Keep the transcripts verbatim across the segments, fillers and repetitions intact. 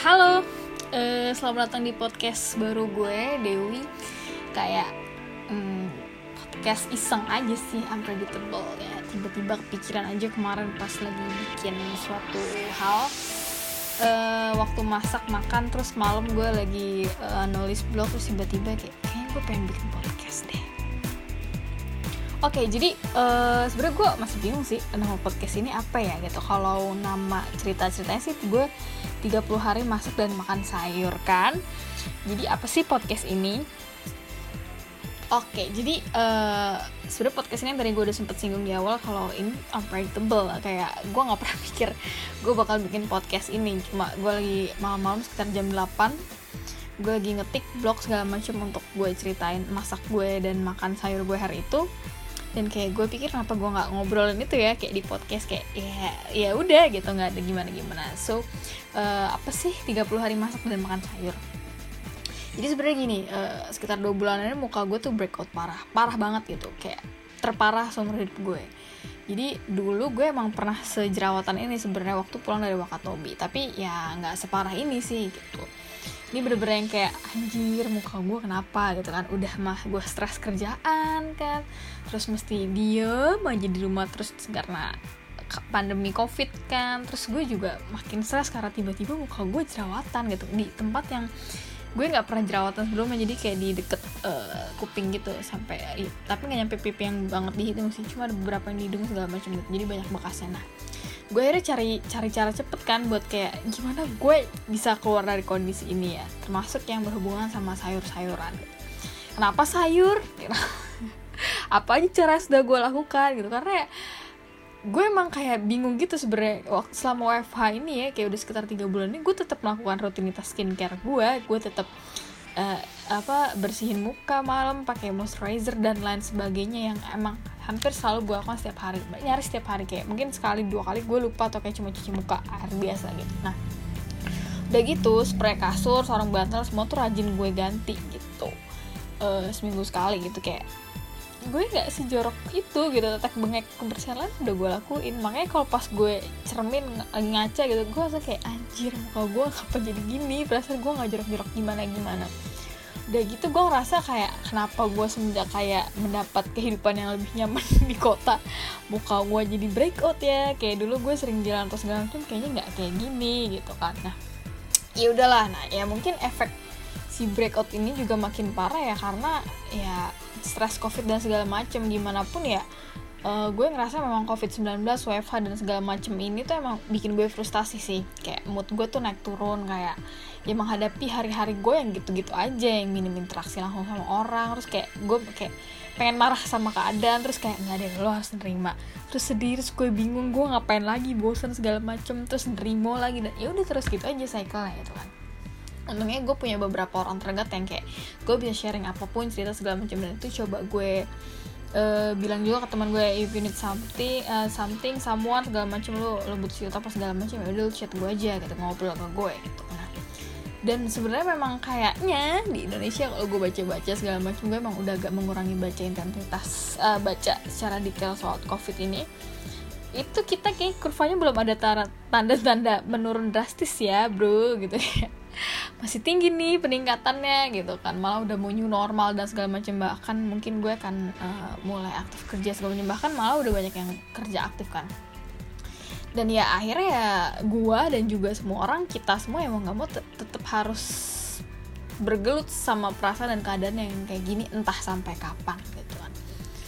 Halo, uh, selamat datang di podcast baru gue, Dewi. Kayak um, podcast iseng aja sih, unpredictable ya. Tiba-tiba kepikiran aja kemarin pas lagi bikin suatu hal, uh, waktu masak makan terus malam gue lagi uh, nulis blog, terus tiba-tiba kayak kayaknya gue pengen bikin podcast deh. Oke, okay, jadi uh, sebenarnya gue masih bingung sih nama podcast ini apa ya gitu. Kalau nama cerita-ceritanya sih gue tiga puluh hari masak dan makan sayur kan. Jadi apa sih podcast ini? Oke, okay, jadi uh, sebenarnya podcast ini yang tadi gue udah sempet singgung di awal kalau ini unpredictable. Kayak gue nggak pernah pikir gue bakal bikin podcast ini. Cuma gue lagi malam-malam sekitar jam delapan, gue lagi ngetik blog segala macam untuk gue ceritain masak gue dan makan sayur gue hari itu. Dan kayak gue pikir kenapa gue nggak ngobrolin itu ya kayak di podcast, kayak ya ya udah gitu, nggak ada gimana gimana. So uh, apa sih tiga puluh hari masak dan makan sayur? Jadi sebenarnya gini, uh, sekitar dua bulan ini muka gue tuh breakout parah parah banget gitu, kayak terparah seumur hidup gue. Jadi dulu gue emang pernah sejerawatan ini sebenarnya waktu pulang dari Wakatobi, tapi ya nggak separah ini sih gitu. Ini bener-bener yang kayak anjir muka gue kenapa gitu kan. Udah mah gue stres kerjaan kan, terus mesti diem aja di rumah terus karena pandemi covid kan. Terus gue juga makin stres karena tiba-tiba muka gue jerawatan gitu di tempat yang gue nggak pernah jerawatan sebelumnya. Jadi kayak di deket uh, kuping gitu sampai ya, tapi nggak nyampe pipi yang banget di hidung sih, cuma ada beberapa yang di hidung segala macam gitu. Jadi banyak bekasnya. Nah gue akhirnya cari cari cara cepet kan buat kayak gimana gue bisa keluar dari kondisi ini ya, termasuk yang berhubungan sama sayur-sayuran. Kenapa sayur? Apa aja cara yang sudah gue lakukan gitu, karena gue emang kayak bingung gitu sebenarnya selama W F H ini ya, kayak udah sekitar tiga bulan ini gue tetap melakukan rutinitas skincare gue, gue tetap uh, apa bersihin muka malam pakai moisturizer dan lain sebagainya yang emang hampir selalu gue lakukan setiap hari, nyaris setiap hari. Kayak mungkin sekali dua kali gue lupa atau kayak cuma cuci muka air biasa gitu. Nah udah gitu spray kasur, sarung bantal semua tuh rajin gue ganti gitu uh, seminggu sekali gitu. Kayak gue nggak sejorok itu gitu, tetek bengek kebersihan lain udah gue lakuin. Makanya kalau pas gue cermin lagi ngaca gitu, gue rasa kayak anjir muka gue ngapa jadi gini, perasaan gue nggak jorok-jorok gimana-gimana. Udah gitu gue ngerasa kayak kenapa gue semenjak kayak mendapat kehidupan yang lebih nyaman di kota muka gue jadi breakout ya. Kayak dulu gue sering jalan terus segala macam kayaknya nggak kayak gini gitu kan. Nah ya udahlah, nah ya mungkin efek si breakout ini juga makin parah ya karena ya stres covid dan segala macam. Gimana pun ya uh, gue ngerasa memang covid sembilan belas, W F H dan segala macam ini tuh emang bikin gue frustasi sih. Kayak mood gue tuh naik turun, kayak ya menghadapi hari-hari gue yang gitu-gitu aja, yang minim interaksi langsung sama orang. Terus kayak gue kayak pengen marah sama keadaan, terus kayak nggak deh lo harus nerima, terus sedih, terus gue bingung gue ngapain lagi, bosan segala macem, terus nerimo lagi, dan ya udah terus gitu aja cycle-nya gitu kan. Untungnya gue punya beberapa orang terdekat yang kayak gue bisa sharing apapun, cerita segala macam, dan itu coba gue uh, bilang juga ke teman gue, if you need something, uh, something, someone segala macam, lo lo butuh cerita apa segala macam, ya udah chat gue aja gitu, ngobrol ke gue gitu. Nah dan sebenarnya memang kayaknya di Indonesia kalau gue baca-baca segala macam, gue emang udah agak mengurangi baca intensitas uh, baca secara detail soal covid ini. Itu kita kayak kurvanya belum ada tanda-tanda menurun drastis ya bro gitu ya, masih tinggi nih peningkatannya gitu kan, malah udah mau new normal dan segala macam. Bahkan mungkin gue akan uh, mulai aktif kerja segala macam, bahkan malah udah banyak yang kerja aktif kan. Dan ya akhirnya ya gue dan juga semua orang, kita semua emang gak mau te- tetap harus bergelut sama perasaan dan keadaan yang kayak gini entah sampai kapan gitu kan.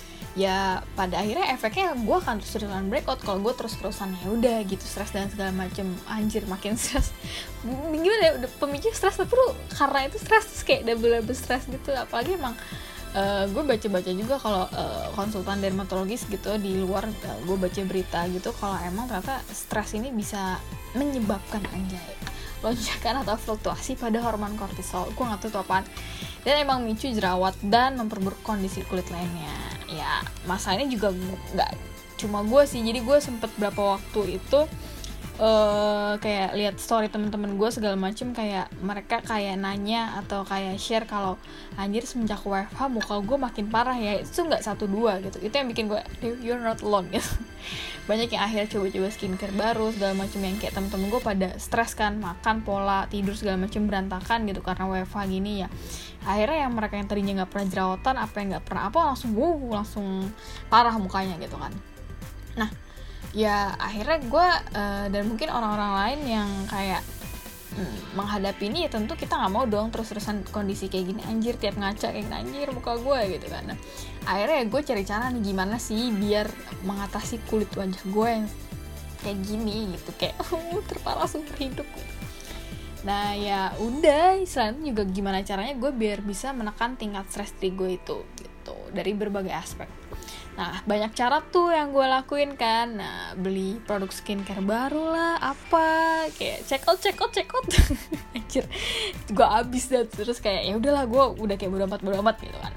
Ya pada akhirnya efeknya gue akan terus-terusan breakout kalau gue terus-terusan ya udah gitu stres dan segala macem. Anjir makin stres, gimana ya, udah pemicu stres tapi lu karena itu stres terus kayak double-double stres gitu. Apalagi emang uh, gue baca-baca juga kalau uh, konsultan dermatologis gitu di luar, uh, gue baca berita gitu kalau emang ternyata stres ini bisa menyebabkan anjay lonjakan atau fluktuasi pada hormon kortisol. Gue nggak tahu itu apaan, dan emang memicu jerawat dan memperburuk kondisi kulit lainnya. Ya masalahnya juga nggak cuma gue sih, jadi gue sempet berapa waktu itu uh, kayak lihat story teman-teman gue segala macem, kayak mereka kayak nanya atau kayak share kalau anjir semenjak W F H muka gue makin parah ya. Itu nggak satu dua gitu, itu yang bikin gue you're not alone gitu. Banyak yang akhirnya coba-coba skincare baru segala macem, yang kayak temen-temen gue pada stres kan, makan, pola tidur segala macem berantakan gitu karena W F H gini ya. Akhirnya yang mereka yang tadinya nggak pernah jerawatan, apa yang nggak pernah apa, langsung wuh langsung parah mukanya gitu kan. Nah ya akhirnya gue uh, dan mungkin orang-orang lain yang kayak hmm, menghadapi ini ya tentu kita nggak mau dong terus-terusan kondisi kayak gini, anjir tiap ngaca kayak gini, anjir muka gue gitu kan. Nah, akhirnya ya gue cari cara nih gimana sih biar mengatasi kulit wajah gue yang kayak gini gitu, kayak uh, terparah seumur hidup. Nah ya udah, selain juga gimana caranya gue biar bisa menekan tingkat stres di gue itu gitu dari berbagai aspek. Nah banyak cara tuh yang gue lakuin kan. Nah beli produk skincare baru lah, apa kayak check out check out check out anjir gue abis dah. Terus kayak ya udahlah gue udah kayak bodo amat bodo amat gitu kan.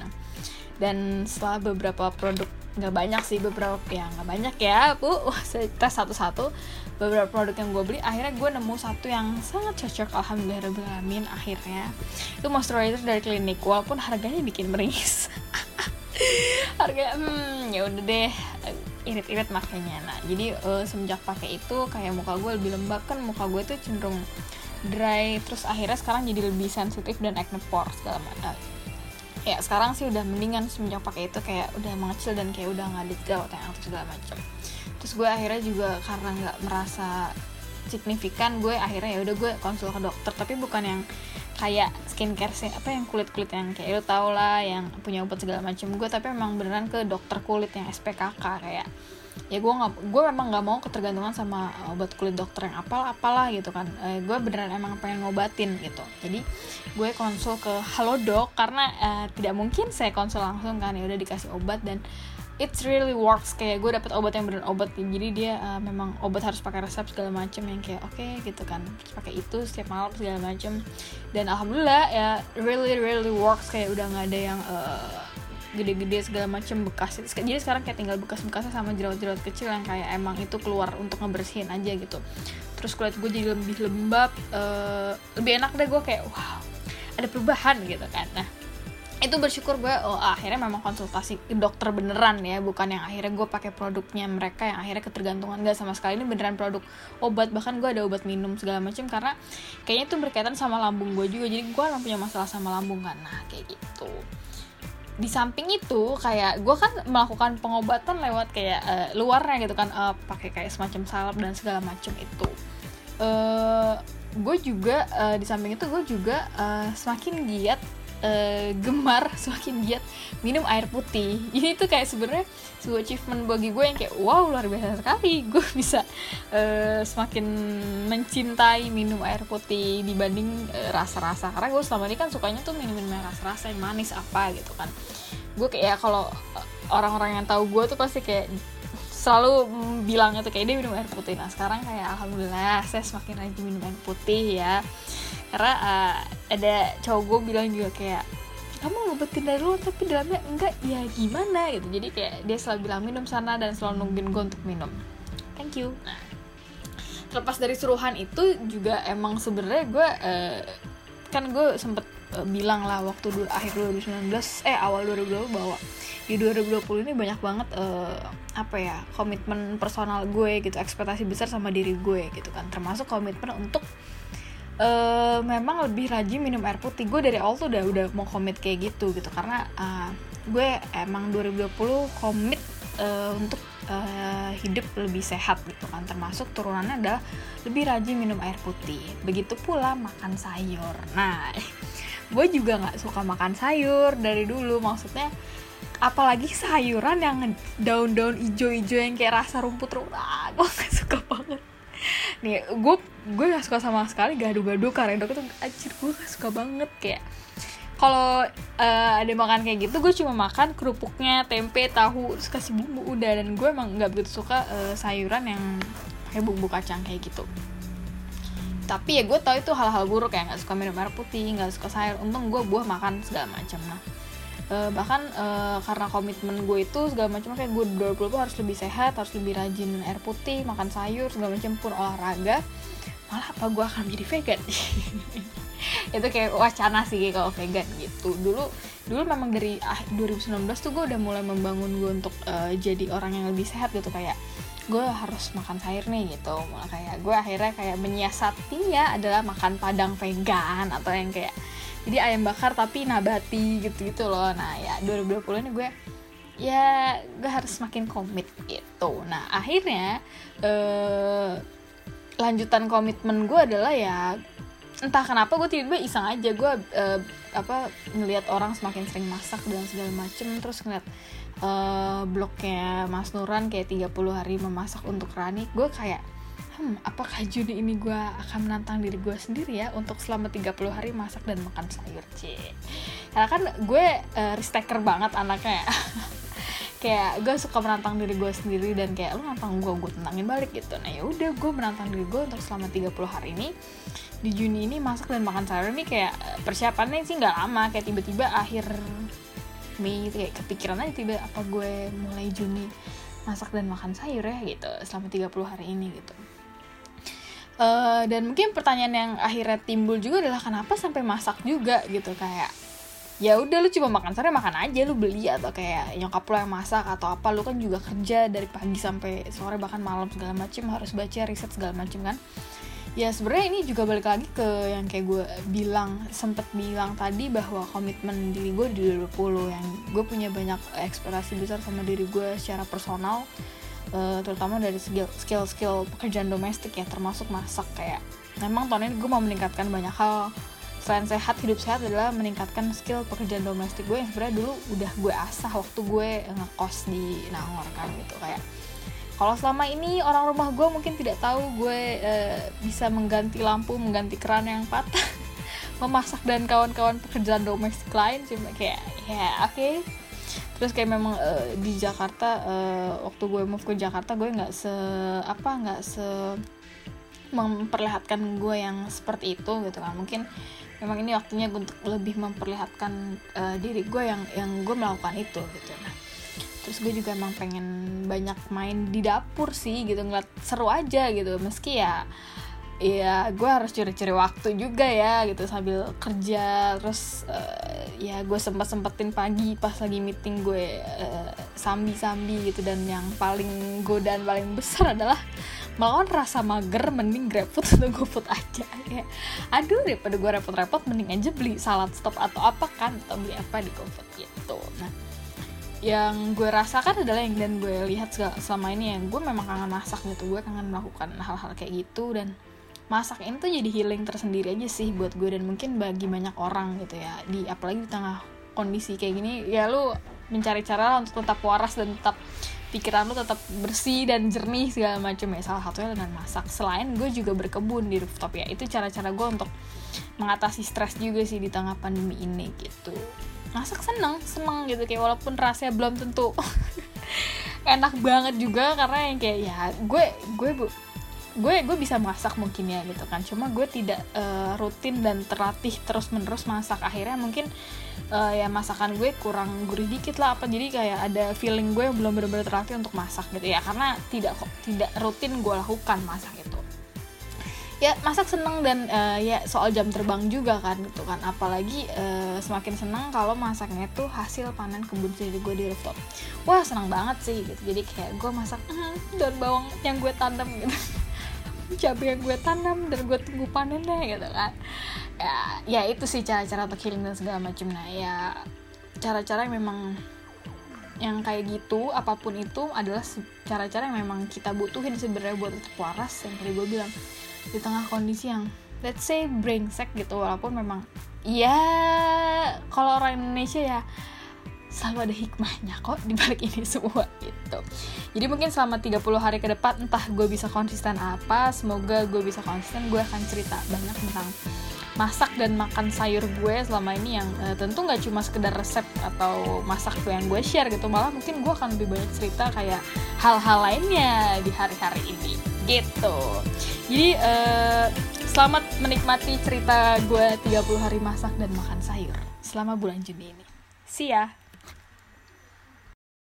Dan setelah beberapa produk, nggak banyak sih, beberapa ya nggak banyak ya bu, wah saya tes satu-satu beberapa produk yang gue beli, akhirnya gue nemu satu yang sangat cocok, alhamdulillahirobbilalamin. Akhirnya itu moisturizer dari Clinique, walaupun harganya bikin meringis. Harganya hmm ya udah deh, irit-irit makanya. Nah jadi uh, semenjak pakai itu kayak muka gue lebih lembab kan, muka gue tuh cenderung dry, terus akhirnya sekarang jadi lebih sensitif dan acne pores segala macam. Ya sekarang sih udah mendingan semenjak pakai itu, kayak udah mengecil dan kayak udah nggak ada jerawatan yang segala macam. Terus gue akhirnya juga karena nggak merasa signifikan, gue akhirnya ya udah gue konsul ke dokter, tapi bukan yang kayak skincare sih, apa yang kulit kulit yang kayak lu tau lah yang punya obat segala macam. Gue tapi memang beneran ke dokter kulit yang S P K K, kayak ya gue nggak, gue memang nggak mau ketergantungan sama obat kulit dokter yang apalah apalah gitu kan. E, gue beneran emang pengen ngobatin gitu. Jadi gue konsul ke Halodoc karena e, tidak mungkin saya konsul langsung kan. Ya udah dikasih obat dan it's really works, kayak gue dapet obat yang beneran obat. Jadi dia uh, memang obat harus pakai resep segala macam, yang kayak oke okay, gitu kan, terus pakai itu setiap malam segala macam. Dan alhamdulillah ya really really works, kayak udah nggak ada yang uh, gede-gede segala macam bekas. Jadi sekarang kayak tinggal bekas-bekasnya sama jerawat-jerawat kecil yang kayak emang itu keluar untuk ngebersihin aja gitu. Terus kulit gue jadi lebih lembab, uh, lebih enak deh, gue kayak wow ada perubahan gitu kan. Nah itu bersyukur gue, oh akhirnya memang konsultasi ke dokter beneran ya, bukan yang akhirnya gue pakai produknya mereka yang akhirnya ketergantungan. Gak sama sekali, ini beneran produk obat, bahkan gue ada obat minum segala macam karena kayaknya itu berkaitan sama lambung gue juga. Jadi gue emang punya masalah sama lambung kan. Nah kayak gitu. Di samping itu kayak gue kan melakukan pengobatan lewat kayak uh, luarnya gitu kan, uh, pakai kayak semacam salep dan segala macam itu. Uh, gue juga uh, di samping itu gue juga uh, semakin giat Uh, gemar semakin giat minum air putih. Jadi itu kayak sebenarnya sebuah achievement bagi gue yang kayak wow luar biasa sekali, gue bisa uh, semakin mencintai minum air putih dibanding uh, rasa-rasa. Karena gue selama ini kan sukanya tuh minum-minum rasa-rasa yang manis apa gitu kan. Gue kayak ya kalau uh, orang-orang yang tahu gue tuh pasti kayak selalu bilangnya tuh kayak dia minum air putih. Nah sekarang kayak alhamdulillah saya semakin rajin minum air putih ya. Karena uh, ada cowok gue bilang juga kayak kamu ngobatin dari luar tapi dalamnya enggak, ya gimana gitu. Jadi kayak dia selalu bilang minum sana dan selalu nungguin gue untuk minum. Thank you. Nah, terlepas dari suruhan itu juga emang sebenarnya gue uh, kan gue sempet uh, bilang lah waktu du- akhir dua ribu sembilan belas eh awal dua ribu dua puluh bahwa di dua ribu dua puluh ini banyak banget uh, apa ya komitmen personal gue gitu, ekspektasi besar sama diri gue gitu kan, termasuk komitmen untuk Uh, memang lebih rajin minum air putih. Gue dari awal tuh udah udah mau komit kayak gitu gitu karena uh, gue emang dua ribu dua puluh komit uh, untuk uh, hidup lebih sehat gitu kan, termasuk turunannya adalah lebih rajin minum air putih. Begitu pula makan sayur. Nah gue juga nggak suka makan sayur dari dulu, maksudnya apalagi sayuran yang daun-daun ijo-ijo yang kayak rasa rumput-rumput, ah, gue nggak suka banget. Nih gue gue gak suka sama sekali gado-gado, karedok itu anjir gue gak suka banget. Kayak kalau uh, ada makan kayak gitu gue cuma makan kerupuknya, tempe, tahu, terus kasih bumbu udah. Dan gue emang gak begitu suka uh, sayuran yang kayak bumbu kacang kayak gitu. Tapi ya gue tahu itu hal-hal buruk, kayak gak suka minum air putih, gak suka sayur. Untung gue buah makan segala macam. Nah uh, bahkan uh, karena komitmen gue itu segala macam, kayak gue dua puluh harus lebih sehat, harus lebih rajin air putih, makan sayur segala macam, pun olahraga, malah apa gue akan menjadi vegan. Itu kayak wacana sih kalau vegan gitu. Dulu dulu memang dari ah, dua ribu sembilan belas tuh gue udah mulai membangun gue untuk uh, jadi orang yang lebih sehat gitu, kayak gue harus makan sayur nih gitu. Malah kayak gue akhirnya kayak menyiasatinya adalah makan padang vegan, atau yang kayak jadi ayam bakar tapi nabati gitu-gitu loh. Nah ya dua ribu dua puluh ini gue ya gue harus makin komit gitu. Nah akhirnya eh, lanjutan komitmen gue adalah ya entah kenapa gue tiba-tiba iseng aja, gue uh, apa ngelihat orang semakin sering masak dan segala macem, terus ngeliat uh, blognya Mas Nuran kayak tiga puluh hari memasak untuk Rani, gue kayak hmm apakah Juni ini gue akan menantang diri gue sendiri ya untuk selama tiga puluh hari masak dan makan sayur, cie. Karena kan gue uh, risk taker banget anaknya. Kayak gue suka menantang diri gue sendiri, dan kayak lu nantang gue, gue tentangin balik gitu. Nah ya udah, gue menantang diri gue untuk selama tiga puluh hari ini di Juni ini masak dan makan sayur. Ini kayak persiapannya sih nggak lama, kayak tiba-tiba akhir Mei kayak kepikiran aja tiba apa gue mulai Juni masak dan makan sayur ya gitu selama tiga puluh hari ini gitu. Uh, dan mungkin pertanyaan yang akhirnya timbul juga adalah kenapa sampai masak juga gitu. Kayak ya udah, lu cuma makan sayur makan aja, lu beli atau kayak nyokap lu yang masak atau apa, lu kan juga kerja dari pagi sampai sore bahkan malam segala macem, harus baca riset segala macem kan. Ya sebenarnya ini juga balik lagi ke yang kayak gue bilang, sempet bilang tadi, bahwa komitmen diri gue di dua ribu dua puluh yang gue punya banyak ekspektasi besar sama diri gue secara personal, uh, terutama dari skill-skill pekerjaan domestik ya, termasuk masak. Kayak memang tahun ini gue mau meningkatkan banyak hal. Selain sehat, hidup sehat adalah meningkatkan skill pekerjaan domestik gue yang sebenarnya dulu udah gue asah waktu gue ngekos di Nangor kan gitu. Kayak kalau selama ini orang rumah gue mungkin tidak tahu gue e, bisa mengganti lampu, mengganti keran yang patah, memasak dan kawan-kawan pekerjaan domestik lain, cuma kayak ya oke. Okay. Terus kayak memang e, di Jakarta e, waktu gue move ke Jakarta gue nggak se apa nggak se memperlihatkan gue yang seperti itu gitu kan. Mungkin memang ini waktunya untuk lebih memperlihatkan uh, diri gue yang yang gue melakukan itu gitu. Nah terus gue juga emang pengen banyak main di dapur sih gitu, ngeliat seru aja gitu, meski ya ya gue harus curi-curi waktu juga ya gitu sambil kerja. Terus uh, ya gue sempet-sempetin pagi pas lagi meeting gue uh, sambi-sambi gitu. Dan yang paling godaan paling besar adalah melawan rasa mager, mending GrabFood atau GoFood aja. Kayak aduh, daripada gue repot-repot mending aja beli salad stop atau apa kan, atau beli apa di GoFood gitu. Nah yang gue rasakan adalah yang dan gue lihat selama ini, yang gue memang kangen masak gitu. Gue kangen melakukan hal-hal kayak gitu, dan masak ini tuh jadi healing tersendiri aja sih buat gue, dan mungkin bagi banyak orang gitu ya. Di apalagi di tengah kondisi kayak gini ya, lu mencari cara untuk tetap waras dan tetap pikiran lu tetap bersih dan jernih segala macam ya. Salah satunya dengan masak. Selain gue juga berkebun di rooftop ya, itu cara-cara gue untuk mengatasi stres juga sih di tengah pandemi ini gitu. Masak seneng, seneng gitu, kayak walaupun rasanya belum tentu enak banget juga, karena yang kayak ya gue gue bu gue gue bisa masak mungkin ya gitu kan, cuma gue tidak uh, rutin dan terlatih terus menerus masak. Akhirnya mungkin uh, ya masakan gue kurang gurih dikit lah apa, jadi kayak ada feeling gue yang belum benar-benar terlatih untuk masak gitu ya, karena tidak tidak rutin gue lakukan masak itu. Ya masak seneng, dan uh, ya soal jam terbang juga kan gitu kan, apalagi uh, semakin seneng kalau masaknya tuh hasil panen kebun sendiri gue di rooftop. Wah seneng banget sih gitu, jadi kayak gue masak mm, daun bawang yang gue tanam gitu, cabai yang gue tanam dan gue tunggu panennya gitu kan. Ya, ya itu sih cara-cara untuk healing dan segala macam. Nah ya cara-cara yang memang yang kayak gitu, apapun itu adalah cara-cara yang memang kita butuhin sebenarnya buat tetap waras, yang tadi gue bilang, di tengah kondisi yang let's say brengsek gitu. Walaupun memang ya kalau orang Indonesia ya selalu ada hikmahnya kok di balik ini semua gitu. Jadi mungkin selama tiga puluh hari ke depan entah gue bisa konsisten apa, semoga gue bisa konsisten. Gue akan cerita banyak tentang masak dan makan sayur gue selama ini, yang uh, tentu gak cuma sekedar resep atau masak gue yang gue share gitu, malah mungkin gue akan lebih banyak cerita kayak hal-hal lainnya di hari-hari ini gitu. Jadi uh, selamat menikmati cerita gue tiga puluh hari masak dan makan sayur selama bulan Juni ini. See ya.